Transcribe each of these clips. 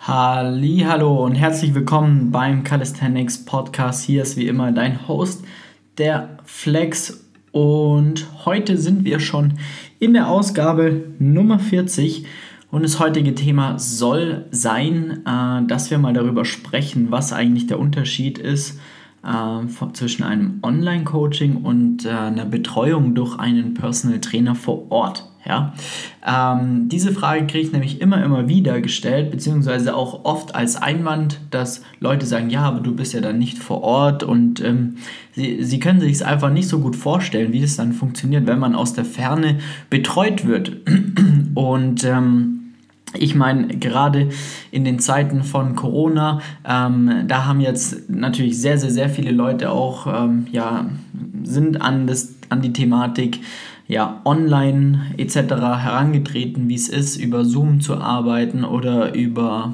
Hallo und herzlich willkommen beim Calisthenics Podcast. Hier ist wie immer dein Host, der Flex, und heute sind wir schon in der Ausgabe Nummer 40 und das heutige Thema soll sein, dass wir mal darüber sprechen, was eigentlich der Unterschied ist zwischen einem Online-Coaching und einer Betreuung durch einen Personal Trainer vor Ort. Ja? Diese Frage kriege ich nämlich immer wieder gestellt, beziehungsweise auch oft als Einwand, dass Leute sagen, ja, aber du bist ja dann nicht vor Ort, und sie können sich es einfach nicht so gut vorstellen, wie das dann funktioniert, wenn man aus der Ferne betreut wird. Und ich meine, gerade in den Zeiten von Corona, da haben jetzt natürlich sehr viele Leute auch, sind an die Thematik online etc. herangetreten, wie es ist, über Zoom zu arbeiten oder über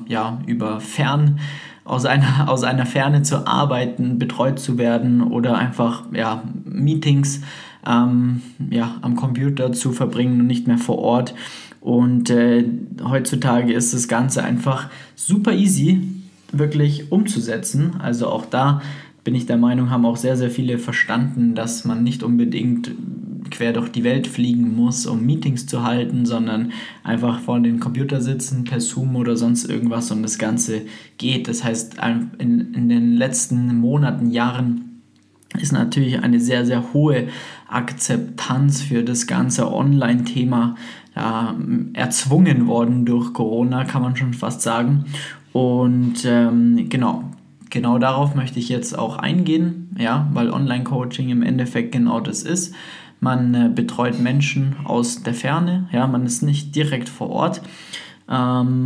aus einer Ferne zu arbeiten, betreut zu werden oder einfach Meetings am Computer zu verbringen und nicht mehr vor Ort. Und heutzutage ist das Ganze einfach super easy, wirklich umzusetzen. Also auch da bin ich der Meinung, haben auch sehr viele verstanden, dass man nicht unbedingt quer durch die Welt fliegen muss, um Meetings zu halten, sondern einfach vor dem Computer sitzen, per Zoom oder sonst irgendwas, und das Ganze geht. Das heißt, in den letzten Monaten, Jahren ist natürlich eine sehr hohe Akzeptanz für das ganze Online-Thema erzwungen worden durch Corona, kann man schon fast sagen. Und genau darauf möchte ich jetzt auch eingehen, weil Online-Coaching im Endeffekt genau das ist. Man betreut Menschen aus der Ferne, man ist nicht direkt vor Ort. Da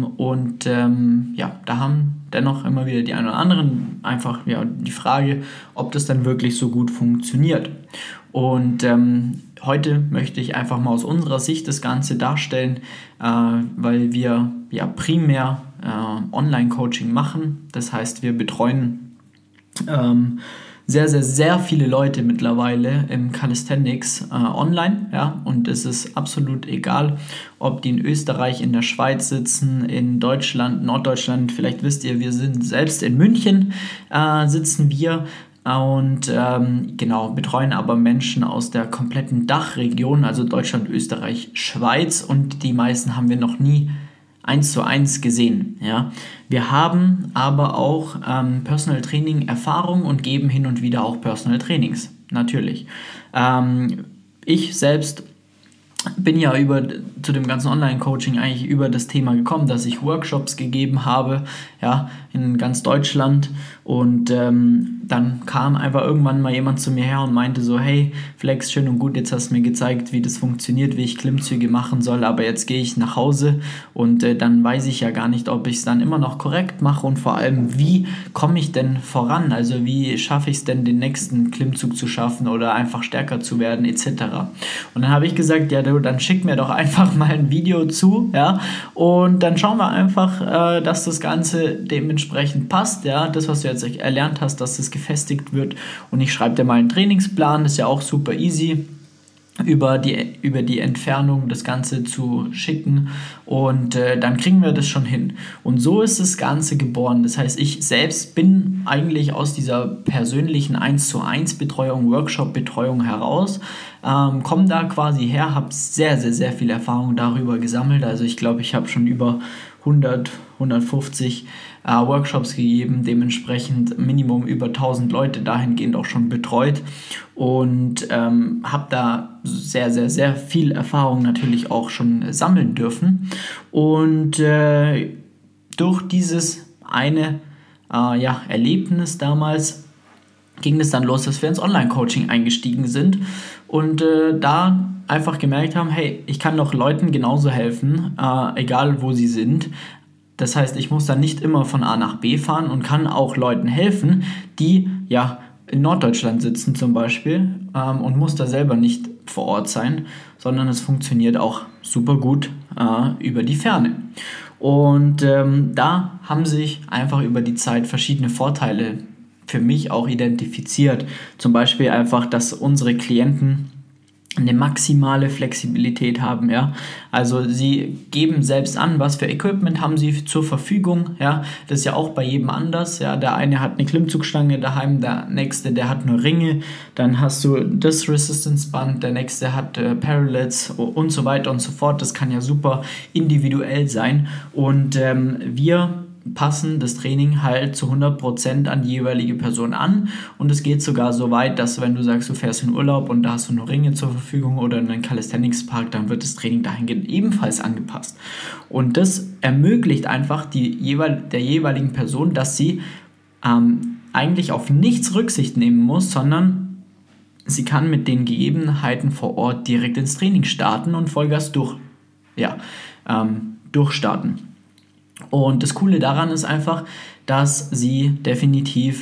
haben dennoch immer wieder die einen oder anderen einfach die Frage, ob das dann wirklich so gut funktioniert. Und heute möchte ich einfach mal aus unserer Sicht das Ganze darstellen, weil wir primär Online-Coaching machen. Das heißt, wir betreuen sehr viele Leute mittlerweile im Calisthenics online, und es ist absolut egal, ob die in Österreich, in der Schweiz sitzen, in Deutschland, Norddeutschland, vielleicht wisst ihr, wir sind selbst in München, sitzen wir und betreuen aber Menschen aus der kompletten Dachregion, also Deutschland, Österreich, Schweiz, und die meisten haben wir noch nie 1:1 gesehen. Wir haben aber auch Personal Training Erfahrung und geben hin und wieder auch Personal Trainings, natürlich. Ich selbst bin zu dem ganzen Online-Coaching eigentlich über das Thema gekommen, dass ich Workshops gegeben habe, in ganz Deutschland, und dann kam einfach irgendwann mal jemand zu mir her und meinte so, hey Flex, schön und gut, jetzt hast du mir gezeigt, wie das funktioniert, wie ich Klimmzüge machen soll, aber jetzt gehe ich nach Hause und dann weiß ich ja gar nicht, ob ich es dann immer noch korrekt mache, und vor allem, wie komme ich denn voran, also wie schaffe ich es denn, den nächsten Klimmzug zu schaffen oder einfach stärker zu werden etc. Und dann habe ich gesagt, dann schick mir doch einfach mal ein Video zu, und dann schauen wir einfach, dass das Ganze dementsprechend passt, das, was du jetzt erlernt hast, dass das gefestigt wird, und ich schreibe dir mal einen Trainingsplan, das ist ja auch super easy, über die Entfernung das Ganze zu schicken, und dann kriegen wir das schon hin. Und so ist das Ganze geboren. Das heißt, ich selbst bin eigentlich aus dieser persönlichen 1:1 Betreuung, Workshop-Betreuung heraus, komme da quasi her, habe sehr viel Erfahrung darüber gesammelt. Also ich glaube, ich habe schon über 150 Workshops gegeben, dementsprechend Minimum über 1000 Leute dahingehend auch schon betreut, und habe da sehr viel Erfahrung natürlich auch schon sammeln dürfen. Und durch dieses eine Erlebnis damals ging es dann los, dass wir ins Online-Coaching eingestiegen sind und da einfach gemerkt haben, hey, ich kann doch Leuten genauso helfen, egal wo sie sind. Das heißt, ich muss dann nicht immer von A nach B fahren und kann auch Leuten helfen, die in Norddeutschland sitzen zum Beispiel, und muss da selber nicht vor Ort sein, sondern es funktioniert auch super gut über die Ferne. Und da haben sich einfach über die Zeit verschiedene Vorteile für mich auch identifiziert. Zum Beispiel einfach, dass unsere Klienten eine maximale Flexibilität haben, ja. Also sie geben selbst an, was für Equipment haben sie zur Verfügung, ja. Das ist ja auch bei jedem anders, ja. Der eine hat eine Klimmzugstange daheim, der nächste, der hat nur Ringe, dann hast du das Resistance Band, der nächste hat Parallels und so weiter und so fort. Das kann ja super individuell sein und wir passen das Training halt zu 100% an die jeweilige Person an und es geht sogar so weit, dass wenn du sagst, du fährst in Urlaub und da hast du nur Ringe zur Verfügung oder in einen Calisthenics-Park, dann wird das Training dahingehend ebenfalls angepasst und das ermöglicht einfach der jeweiligen Person, dass sie eigentlich auf nichts Rücksicht nehmen muss, sondern sie kann mit den Gegebenheiten vor Ort direkt ins Training starten und Vollgas durchstarten. Und das Coole daran ist einfach, dass sie definitiv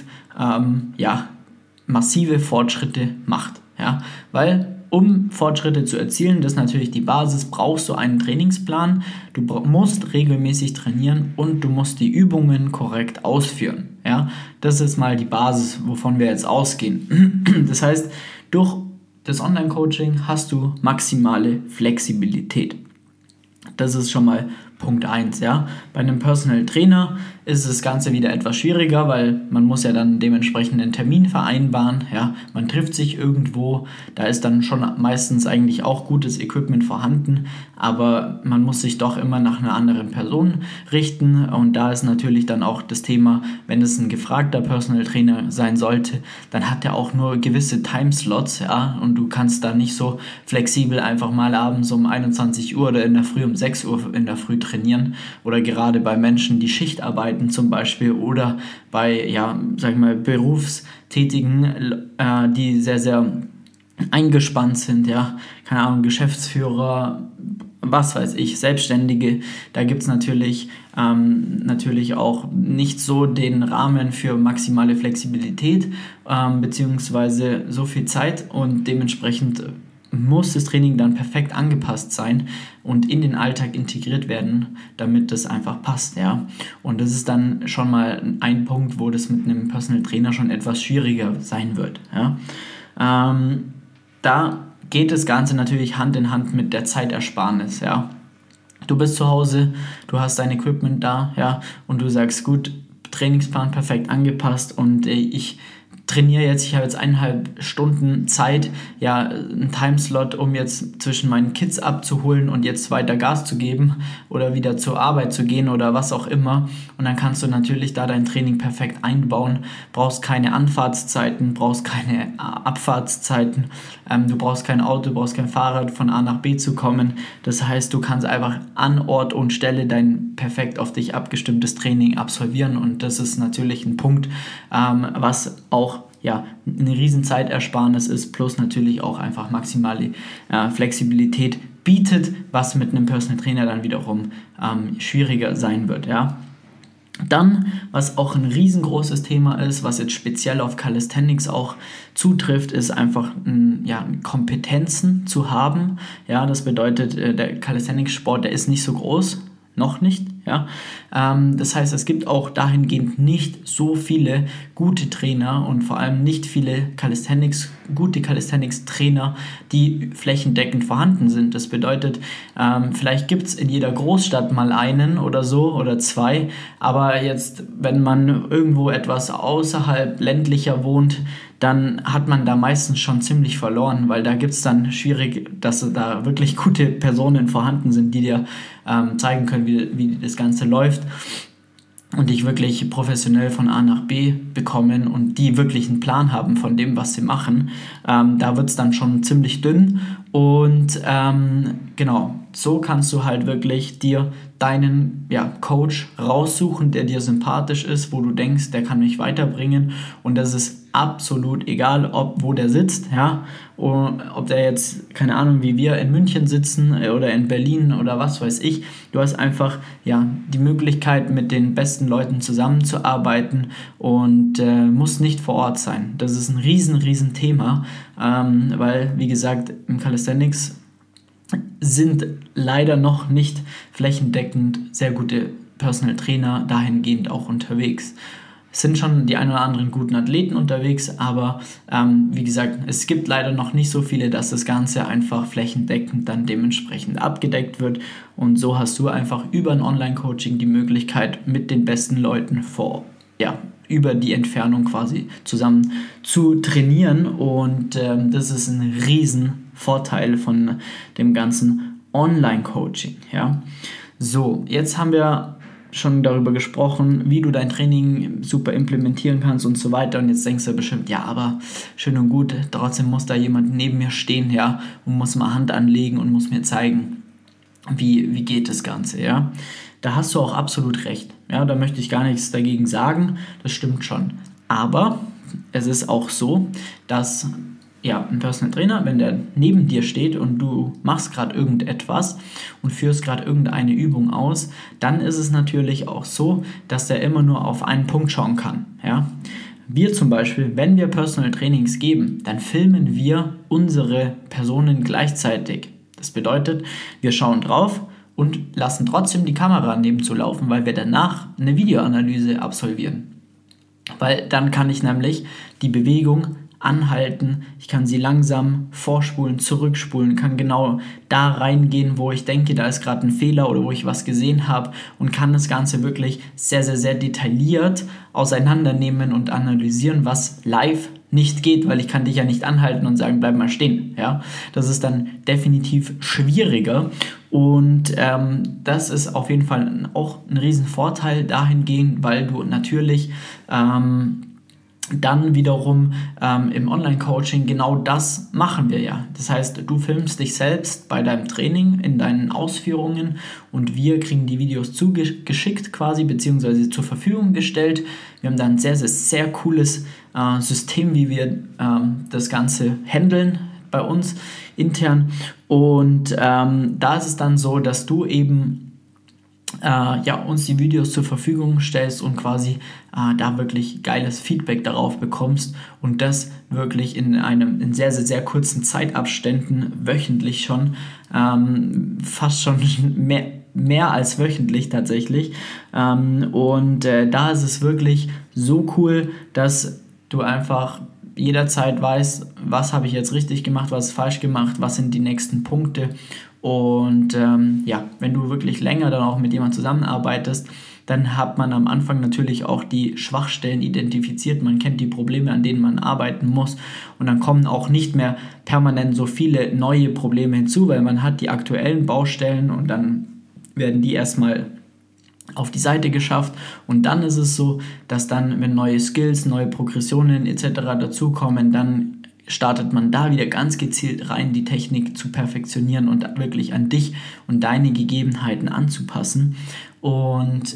massive Fortschritte macht. Ja? Weil um Fortschritte zu erzielen, das ist natürlich die Basis, brauchst du einen Trainingsplan, du musst regelmäßig trainieren und du musst die Übungen korrekt ausführen. Ja? Das ist mal die Basis, wovon wir jetzt ausgehen. Das heißt, durch das Online-Coaching hast du maximale Flexibilität. Das ist schon mal Punkt 1, ja. Bei einem Personal Trainer ist das Ganze wieder etwas schwieriger, weil man muss ja dann dementsprechend einen Termin vereinbaren, ja. Man trifft sich irgendwo, da ist dann schon meistens eigentlich auch gutes Equipment vorhanden, aber man muss sich doch immer nach einer anderen Person richten und da ist natürlich dann auch das Thema, wenn es ein gefragter Personal Trainer sein sollte, dann hat er auch nur gewisse Timeslots, ja, und du kannst da nicht so flexibel einfach mal abends um 21 Uhr oder in der Früh um 6 Uhr in der Früh trainieren oder gerade bei Menschen, die Schicht arbeiten zum Beispiel oder bei, Berufstätigen, die sehr, sehr eingespannt sind, ja, keine Ahnung, Geschäftsführer, was weiß ich, Selbstständige, da gibt es natürlich auch nicht so den Rahmen für maximale Flexibilität, beziehungsweise so viel Zeit und dementsprechend muss das Training dann perfekt angepasst sein und in den Alltag integriert werden, damit das einfach passt, ja. Und das ist dann schon mal ein Punkt, wo das mit einem Personal Trainer schon etwas schwieriger sein wird, ja. Da geht das Ganze natürlich Hand in Hand mit der Zeitersparnis, ja. Du bist zu Hause, du hast dein Equipment da, ja, und du sagst, gut, Trainingsplan perfekt angepasst und ich trainiere jetzt, ich habe jetzt 1,5 Stunden Zeit, ja, einen Timeslot, um jetzt zwischen meinen Kids abzuholen und jetzt weiter Gas zu geben oder wieder zur Arbeit zu gehen oder was auch immer. Und dann kannst du natürlich da dein Training perfekt einbauen, brauchst keine Anfahrtszeiten, brauchst keine Abfahrtszeiten, du brauchst kein Auto, du brauchst kein Fahrrad, von A nach B zu kommen. Das heißt, du kannst einfach an Ort und Stelle dein perfekt auf dich abgestimmtes Training absolvieren und das ist natürlich ein Punkt, was auch eine riesen Zeitersparnis ist, plus natürlich auch einfach maximale Flexibilität bietet, was mit einem Personal Trainer dann wiederum schwieriger sein wird, ja. Dann, was auch ein riesengroßes Thema ist, was jetzt speziell auf Calisthenics auch zutrifft, ist einfach Kompetenzen zu haben. Ja, das bedeutet, der Calisthenics-Sport, der ist nicht so groß, noch nicht, ja. Das heißt, es gibt auch dahingehend nicht so viele gute Trainer und vor allem nicht viele gute Calisthenics-Trainer, die flächendeckend vorhanden sind. Das bedeutet, vielleicht gibt es in jeder Großstadt mal einen oder so oder zwei, aber jetzt, wenn man irgendwo etwas außerhalb ländlicher wohnt, dann hat man da meistens schon ziemlich verloren, weil da gibt es dann schwierig, dass da wirklich gute Personen vorhanden sind, die dir zeigen können, wie das Ganze läuft und dich wirklich professionell von A nach B bekommen und die wirklich einen Plan haben von dem, was sie machen. Da wird es dann schon ziemlich dünn und genau, so kannst du halt wirklich dir deinen Coach raussuchen, der dir sympathisch ist, wo du denkst, der kann mich weiterbringen und das ist absolut egal, wo der sitzt, ja, ob der jetzt, keine Ahnung, wie wir in München sitzen oder in Berlin oder was weiß ich, du hast einfach, die Möglichkeit, mit den besten Leuten zusammenzuarbeiten und musst nicht vor Ort sein. Das ist ein riesen Thema, weil, wie gesagt, im Calisthenics sind leider noch nicht flächendeckend sehr gute Personal Trainer dahingehend auch unterwegs. sind schon die ein oder anderen guten Athleten unterwegs, aber wie gesagt, es gibt leider noch nicht so viele, dass das Ganze einfach flächendeckend dann dementsprechend abgedeckt wird. Und so hast du einfach über ein Online-Coaching die Möglichkeit, mit den besten Leuten über die Entfernung quasi zusammen zu trainieren. Und das ist ein Riesenvorteil von dem ganzen Online-Coaching. Ja. So, jetzt haben wir schon darüber gesprochen, wie du dein Training super implementieren kannst und so weiter. Und jetzt denkst du bestimmt, ja, aber schön und gut, trotzdem muss da jemand neben mir stehen, ja, und muss mal Hand anlegen und muss mir zeigen, wie geht das Ganze, ja. Da hast du auch absolut recht, ja, da möchte ich gar nichts dagegen sagen, das stimmt schon. Aber es ist auch so, dass ein Personal Trainer, wenn der neben dir steht und du machst gerade irgendetwas und führst gerade irgendeine Übung aus, dann ist es natürlich auch so, dass der immer nur auf einen Punkt schauen kann. Ja? Wir zum Beispiel, wenn wir Personal Trainings geben, dann filmen wir unsere Personen gleichzeitig. Das bedeutet, wir schauen drauf und lassen trotzdem die Kamera nebenzu laufen, weil wir danach eine Videoanalyse absolvieren. Weil dann kann ich nämlich die Bewegung anhalten, ich kann sie langsam vorspulen, zurückspulen, kann genau da reingehen, wo ich denke, da ist gerade ein Fehler oder wo ich was gesehen habe und kann das Ganze wirklich sehr, sehr, sehr detailliert auseinandernehmen und analysieren, was live nicht geht, weil ich kann dich ja nicht anhalten und sagen, bleib mal stehen. Ja? Das ist dann definitiv schwieriger und das ist auf jeden Fall auch ein Riesenvorteil dahingehend, weil du natürlich dann wiederum im Online-Coaching genau das machen wir ja. Das heißt, du filmst dich selbst bei deinem Training, in deinen Ausführungen und wir kriegen die Videos zugeschickt quasi, beziehungsweise zur Verfügung gestellt. Wir haben da ein sehr, sehr, sehr cooles System, wie wir das Ganze handeln bei uns intern. Und da ist es dann so, dass du eben uns die Videos zur Verfügung stellst und quasi da wirklich geiles Feedback darauf bekommst und das wirklich in sehr, sehr, sehr kurzen Zeitabständen wöchentlich schon, fast schon mehr als wöchentlich tatsächlich. Da ist es wirklich so cool, dass du einfach jederzeit weißt, was habe ich jetzt richtig gemacht, was falsch gemacht, was sind die nächsten Punkte. Und wenn du wirklich länger dann auch mit jemandem zusammenarbeitest, dann hat man am Anfang natürlich auch die Schwachstellen identifiziert, man kennt die Probleme, an denen man arbeiten muss und dann kommen auch nicht mehr permanent so viele neue Probleme hinzu, weil man hat die aktuellen Baustellen und dann werden die erstmal auf die Seite geschafft und dann ist es so, dass dann, wenn neue Skills, neue Progressionen etc. dazukommen, dann startet man da wieder ganz gezielt rein, die Technik zu perfektionieren und wirklich an dich und deine Gegebenheiten anzupassen. Und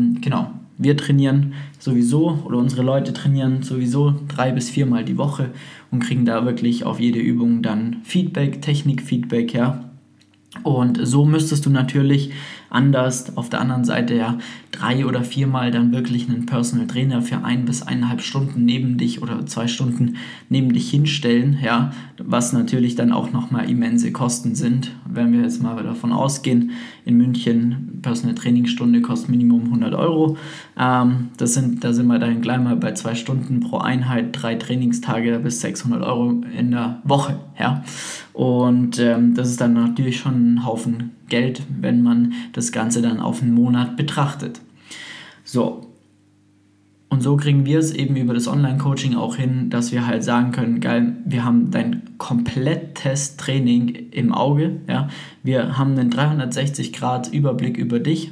wir trainieren sowieso oder unsere Leute trainieren sowieso 3 bis 4 Mal die Woche und kriegen da wirklich auf jede Übung dann Feedback, Technik-Feedback, ja. Und so müsstest du natürlich anders auf der anderen Seite 3 oder 4 Mal dann wirklich einen Personal Trainer für 1 bis 1,5 Stunden neben dich oder 2 Stunden neben dich hinstellen, ja, was natürlich dann auch nochmal immense Kosten sind. Wenn wir jetzt mal davon ausgehen, in München Personal Trainingsstunde kostet Minimum 100 Euro. Da sind wir dann gleich mal bei 2 Stunden pro Einheit, 3 Trainingstage bis 600 Euro in der Woche, ja. Und das ist dann natürlich schon ein Haufen Geld, wenn man das Ganze dann auf einen Monat betrachtet. So. Und so kriegen wir es eben über das Online-Coaching auch hin, dass wir halt sagen können, geil, wir haben dein komplettes Training im Auge, ja. Wir haben einen 360-Grad-Überblick über dich,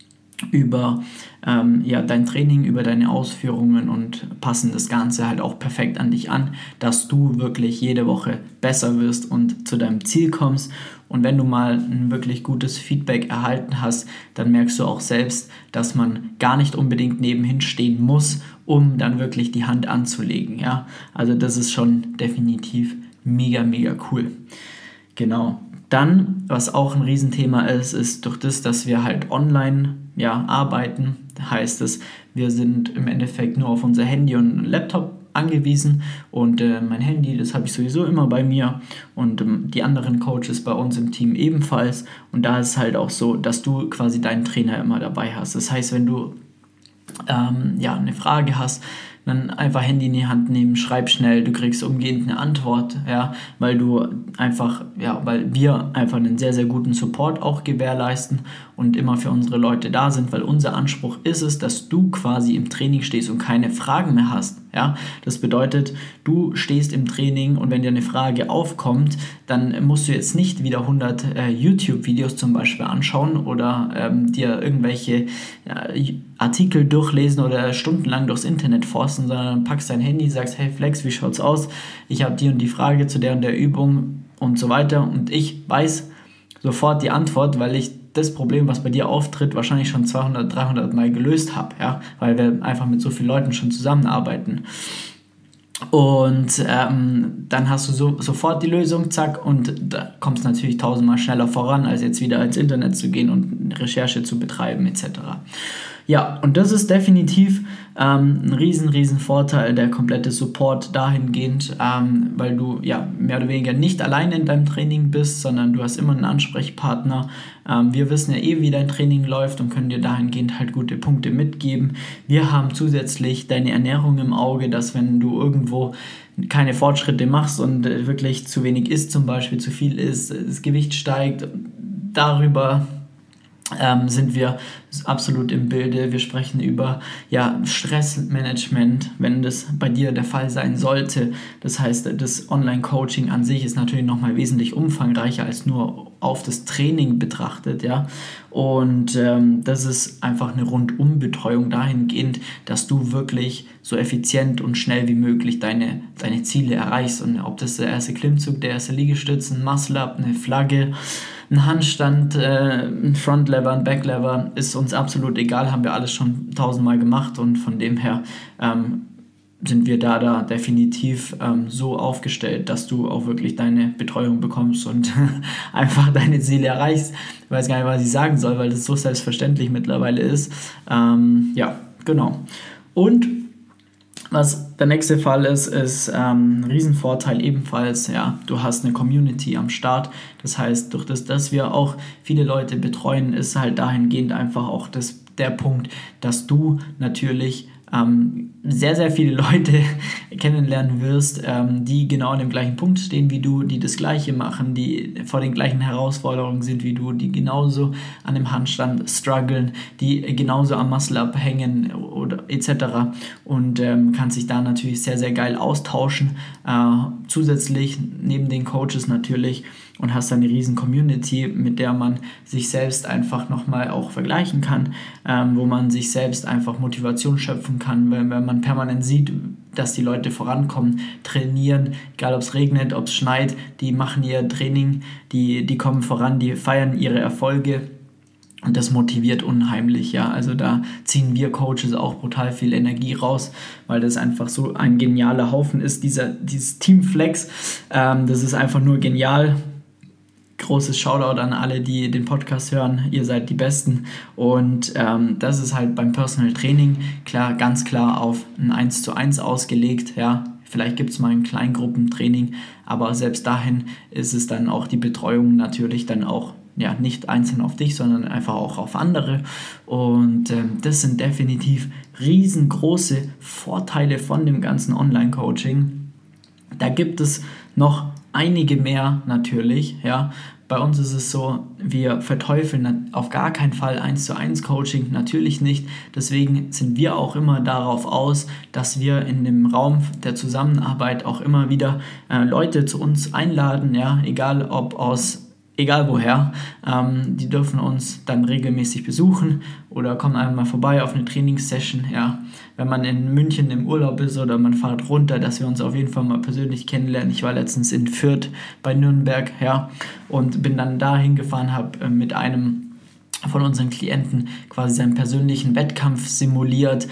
über dein Training, über deine Ausführungen und passen das Ganze halt auch perfekt an dich an, dass du wirklich jede Woche besser wirst und zu deinem Ziel kommst. Und wenn du mal ein wirklich gutes Feedback erhalten hast, dann merkst du auch selbst, dass man gar nicht unbedingt nebenhin stehen muss, um dann wirklich die Hand anzulegen. Ja? Also das ist schon definitiv mega, mega cool. Genau. Dann, was auch ein Riesenthema ist durch das, dass wir halt online arbeiten, heißt es, wir sind im Endeffekt nur auf unser Handy und Laptop angewiesen und mein Handy, das habe ich sowieso immer bei mir und die anderen Coaches bei uns im Team ebenfalls und da ist es halt auch so, dass du quasi deinen Trainer immer dabei hast. Das heißt, wenn du eine Frage hast, dann einfach Handy in die Hand nehmen, schreib schnell, du kriegst umgehend eine Antwort, ja, weil wir einfach einen sehr, sehr guten Support auch gewährleisten und immer für unsere Leute da sind, weil unser Anspruch ist es, dass du quasi im Training stehst und keine Fragen mehr hast, ja. Das bedeutet, du stehst im Training und wenn dir eine Frage aufkommt, dann musst du jetzt nicht wieder 100 YouTube-Videos zum Beispiel anschauen oder dir irgendwelche Artikel durchlesen oder stundenlang durchs Internet forsten, sondern packst dein Handy, sagst, hey Flex, wie schaut's aus? Ich habe die und die Frage zu der und der Übung und so weiter und ich weiß sofort die Antwort, weil ich das Problem, was bei dir auftritt, wahrscheinlich schon 200, 300 Mal gelöst habe, ja, weil wir einfach mit so vielen Leuten schon zusammenarbeiten. Und dann hast du sofort die Lösung, zack, und da kommst du natürlich 1000-mal schneller voran, als jetzt wieder ins Internet zu gehen und Recherche zu betreiben etc. Ja, und das ist definitiv ein riesen Vorteil, der komplette Support dahingehend, weil du ja mehr oder weniger nicht alleine in deinem Training bist, sondern du hast immer einen Ansprechpartner. Wir wissen ja wie dein Training läuft und können dir dahingehend halt gute Punkte mitgeben. Wir haben zusätzlich deine Ernährung im Auge, dass wenn du irgendwo keine Fortschritte machst und wirklich zu wenig isst, zum Beispiel zu viel isst, das Gewicht steigt, darüber sind wir absolut im Bilde. Wir sprechen über Stressmanagement, wenn das bei dir der Fall sein sollte. Das heißt, das Online-Coaching an sich ist natürlich nochmal wesentlich umfangreicher als nur auf das Training betrachtet, ja. Und das ist einfach eine Rundumbetreuung dahingehend, dass du wirklich so effizient und schnell wie möglich deine Ziele erreichst. Und ob das der erste Klimmzug, der erste Liegestütz, ein Muscle-Up, eine Flagge, ein Handstand, ein Frontlever, ein Backlever, ist uns absolut egal, haben wir alles schon 1000-mal gemacht und von dem her sind wir da definitiv so aufgestellt, dass du auch wirklich deine Betreuung bekommst und einfach deine Ziele erreichst. Ich weiß gar nicht, was ich sagen soll, weil das so selbstverständlich mittlerweile ist. Genau. Und was der nächste Fall ist ein Riesenvorteil ebenfalls, ja, du hast eine Community am Start, das heißt, durch das, dass wir auch viele Leute betreuen, ist halt dahingehend einfach auch der Punkt, dass du natürlich sehr, sehr viele Leute kennenlernen wirst, die genau an dem gleichen Punkt stehen wie du, die das Gleiche machen, die vor den gleichen Herausforderungen sind wie du, die genauso an dem Handstand strugglen, die genauso am Muscle-Up hängen oder etc. Und kann sich da natürlich sehr, sehr geil austauschen. Zusätzlich neben den Coaches natürlich und hast eine riesen Community, mit der man sich selbst einfach nochmal auch vergleichen kann, wo man sich selbst einfach Motivation schöpfen kann, wenn man permanent sieht, dass die Leute vorankommen, trainieren, egal ob es regnet, ob es schneit, die machen ihr Training, die kommen voran, die feiern ihre Erfolge. Und das motiviert unheimlich, ja. Also da ziehen wir Coaches auch brutal viel Energie raus, weil das einfach so ein genialer Haufen ist, dieses Team Flex. Das ist einfach nur genial. Großes Shoutout an alle, die den Podcast hören. Ihr seid die Besten. Und das ist halt beim Personal Training ganz klar auf ein 1:1 ausgelegt, ja. Vielleicht gibt es mal ein Kleingruppentraining, aber selbst dahin ist es dann auch die Betreuung natürlich dann auch nicht einzeln auf dich, sondern einfach auch auf andere. Und das sind definitiv riesengroße Vorteile von dem ganzen Online-Coaching. Da gibt es noch einige mehr natürlich, ja. Bei uns ist es so, wir verteufeln auf gar keinen Fall 1:1 Coaching, natürlich nicht. Deswegen sind wir auch immer darauf aus, dass wir in dem Raum der Zusammenarbeit auch immer wieder Leute zu uns einladen, ja, egal woher, die dürfen uns dann regelmäßig besuchen oder kommen einmal vorbei auf eine Trainingssession, ja. Wenn man in München im Urlaub ist oder man fährt runter, dass wir uns auf jeden Fall mal persönlich kennenlernen. Ich war letztens in Fürth bei Nürnberg, ja, und bin dann da hingefahren, habe mit einem von unseren Klienten quasi seinen persönlichen Wettkampf simuliert,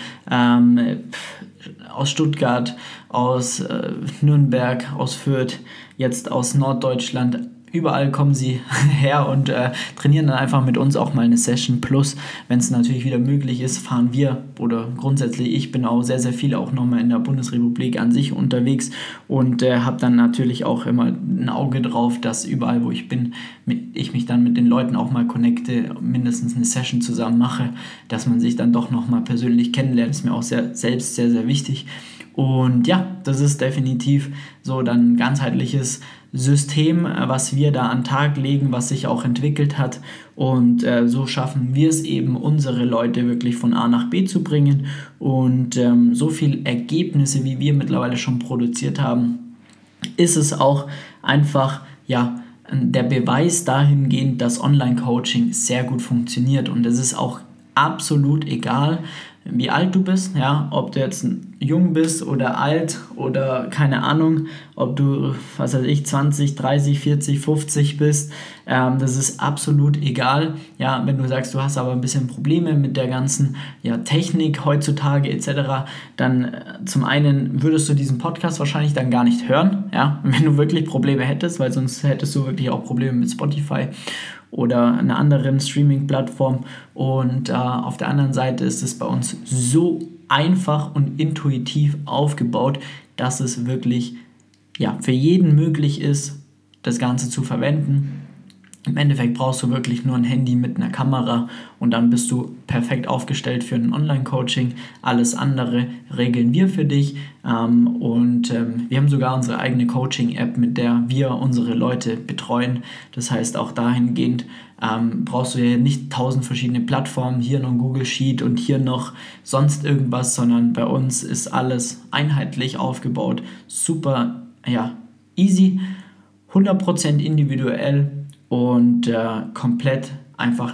aus Stuttgart, aus Nürnberg, aus Fürth, jetzt aus Norddeutschland, überall kommen sie her und trainieren dann einfach mit uns auch mal eine Session. Plus, wenn es natürlich wieder möglich ist, fahren wir oder grundsätzlich ich bin auch sehr, sehr viel auch nochmal in der Bundesrepublik an sich unterwegs und habe dann natürlich auch immer ein Auge drauf, dass überall, wo ich bin, ich mich dann mit den Leuten auch mal connecte, mindestens eine Session zusammen mache, dass man sich dann doch nochmal persönlich kennenlernt. Das ist mir auch selbst sehr, sehr wichtig. Und ja, das ist definitiv so dann ein ganzheitliches System, was wir da an den Tag legen, was sich auch entwickelt hat. Und so schaffen wir es eben, unsere Leute wirklich von A nach B zu bringen. Und so viele Ergebnisse, wie wir mittlerweile schon produziert haben, ist es auch einfach, ja, der Beweis dahingehend, dass Online-Coaching sehr gut funktioniert. Und es ist auch absolut egal, wie alt du bist, ja, ob du jetzt jung bist oder alt oder keine Ahnung, ob du, was weiß ich, 20, 30, 40, 50 bist, das ist absolut egal, ja, wenn du sagst, du hast aber ein bisschen Probleme mit der ganzen Technik heutzutage etc., dann zum einen würdest du diesen Podcast wahrscheinlich dann gar nicht hören, ja, wenn du wirklich Probleme hättest, weil sonst hättest du wirklich auch Probleme mit Spotify oder einer anderen Streaming-Plattform. Und auf der anderen Seite ist es bei uns so einfach und intuitiv aufgebaut, dass es wirklich für jeden möglich ist, das Ganze zu verwenden. Im Endeffekt brauchst du wirklich nur ein Handy mit einer Kamera und dann bist du perfekt aufgestellt für ein Online-Coaching. Alles andere regeln wir für dich wir haben sogar unsere eigene Coaching-App, mit der wir unsere Leute betreuen. Das heißt, auch dahingehend brauchst du ja nicht 1000 verschiedene Plattformen, hier noch Google Sheet und hier noch sonst irgendwas, sondern bei uns ist alles einheitlich aufgebaut, super easy, 100% individuell und komplett einfach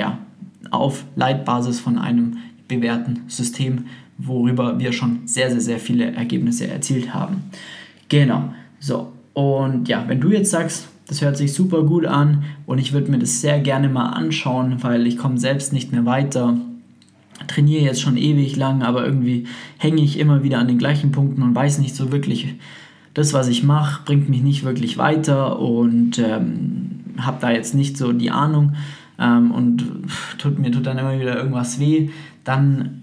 auf Leitbasis von einem bewährten System, worüber wir schon sehr, sehr, sehr viele Ergebnisse erzielt haben. Genau, so. Und wenn du jetzt sagst, das hört sich super gut an und ich würde mir das sehr gerne mal anschauen, weil ich komme selbst nicht mehr weiter, trainiere jetzt schon ewig lang, aber irgendwie hänge ich immer wieder an den gleichen Punkten und weiß nicht so wirklich, das, was ich mache, bringt mich nicht wirklich weiter und habe da jetzt nicht so die Ahnung und mir tut dann immer wieder irgendwas weh, dann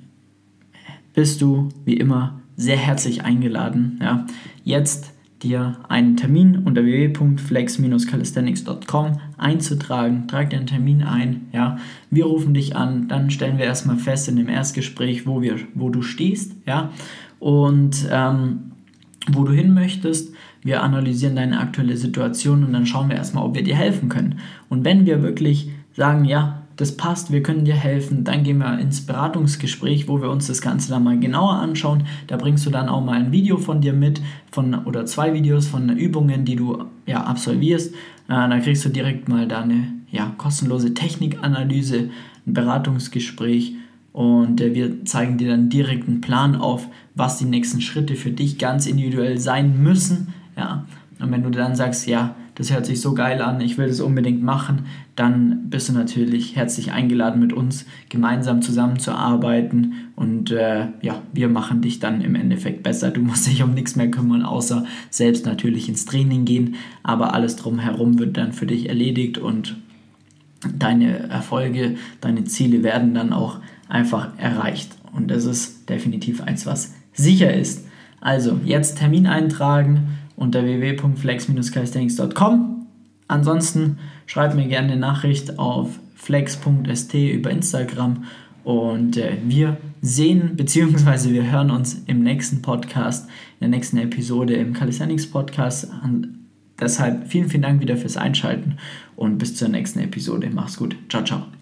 bist du wie immer sehr herzlich eingeladen, jetzt dir einen Termin unter www.flex-calisthenics.com einzutragen. Trag dir einen Termin ein, wir rufen dich an, dann stellen wir erstmal fest in dem Erstgespräch, wo du stehst, und wo du hin möchtest. Wir analysieren deine aktuelle Situation und dann schauen wir erstmal, ob wir dir helfen können. Und wenn wir wirklich sagen, das passt, wir können dir helfen, dann gehen wir ins Beratungsgespräch, wo wir uns das Ganze dann mal genauer anschauen. Da bringst du dann auch mal ein Video von dir mit, oder 2 Videos von Übungen, die du absolvierst. Dann kriegst du direkt mal deine kostenlose Technikanalyse, ein Beratungsgespräch und wir zeigen dir dann direkt einen Plan auf, was die nächsten Schritte für dich ganz individuell sein müssen. Und wenn du dann sagst, das hört sich so geil an, ich will das unbedingt machen, dann bist du natürlich herzlich eingeladen, mit uns gemeinsam zusammenzuarbeiten und wir machen dich dann im Endeffekt besser. Du musst dich um nichts mehr kümmern, außer selbst natürlich ins Training gehen, aber alles drumherum wird dann für dich erledigt und deine Erfolge, deine Ziele werden dann auch einfach erreicht und das ist definitiv eins, was sicher ist. Also jetzt Termin eintragen unter www.flex-calisthenics.com. Ansonsten schreib mir gerne eine Nachricht auf flex.st über Instagram und wir sehen bzw. wir hören uns im nächsten Podcast, in der nächsten Episode im Calisthenics Podcast. Deshalb vielen, vielen Dank wieder fürs Einschalten und bis zur nächsten Episode. Mach's gut. Ciao, ciao.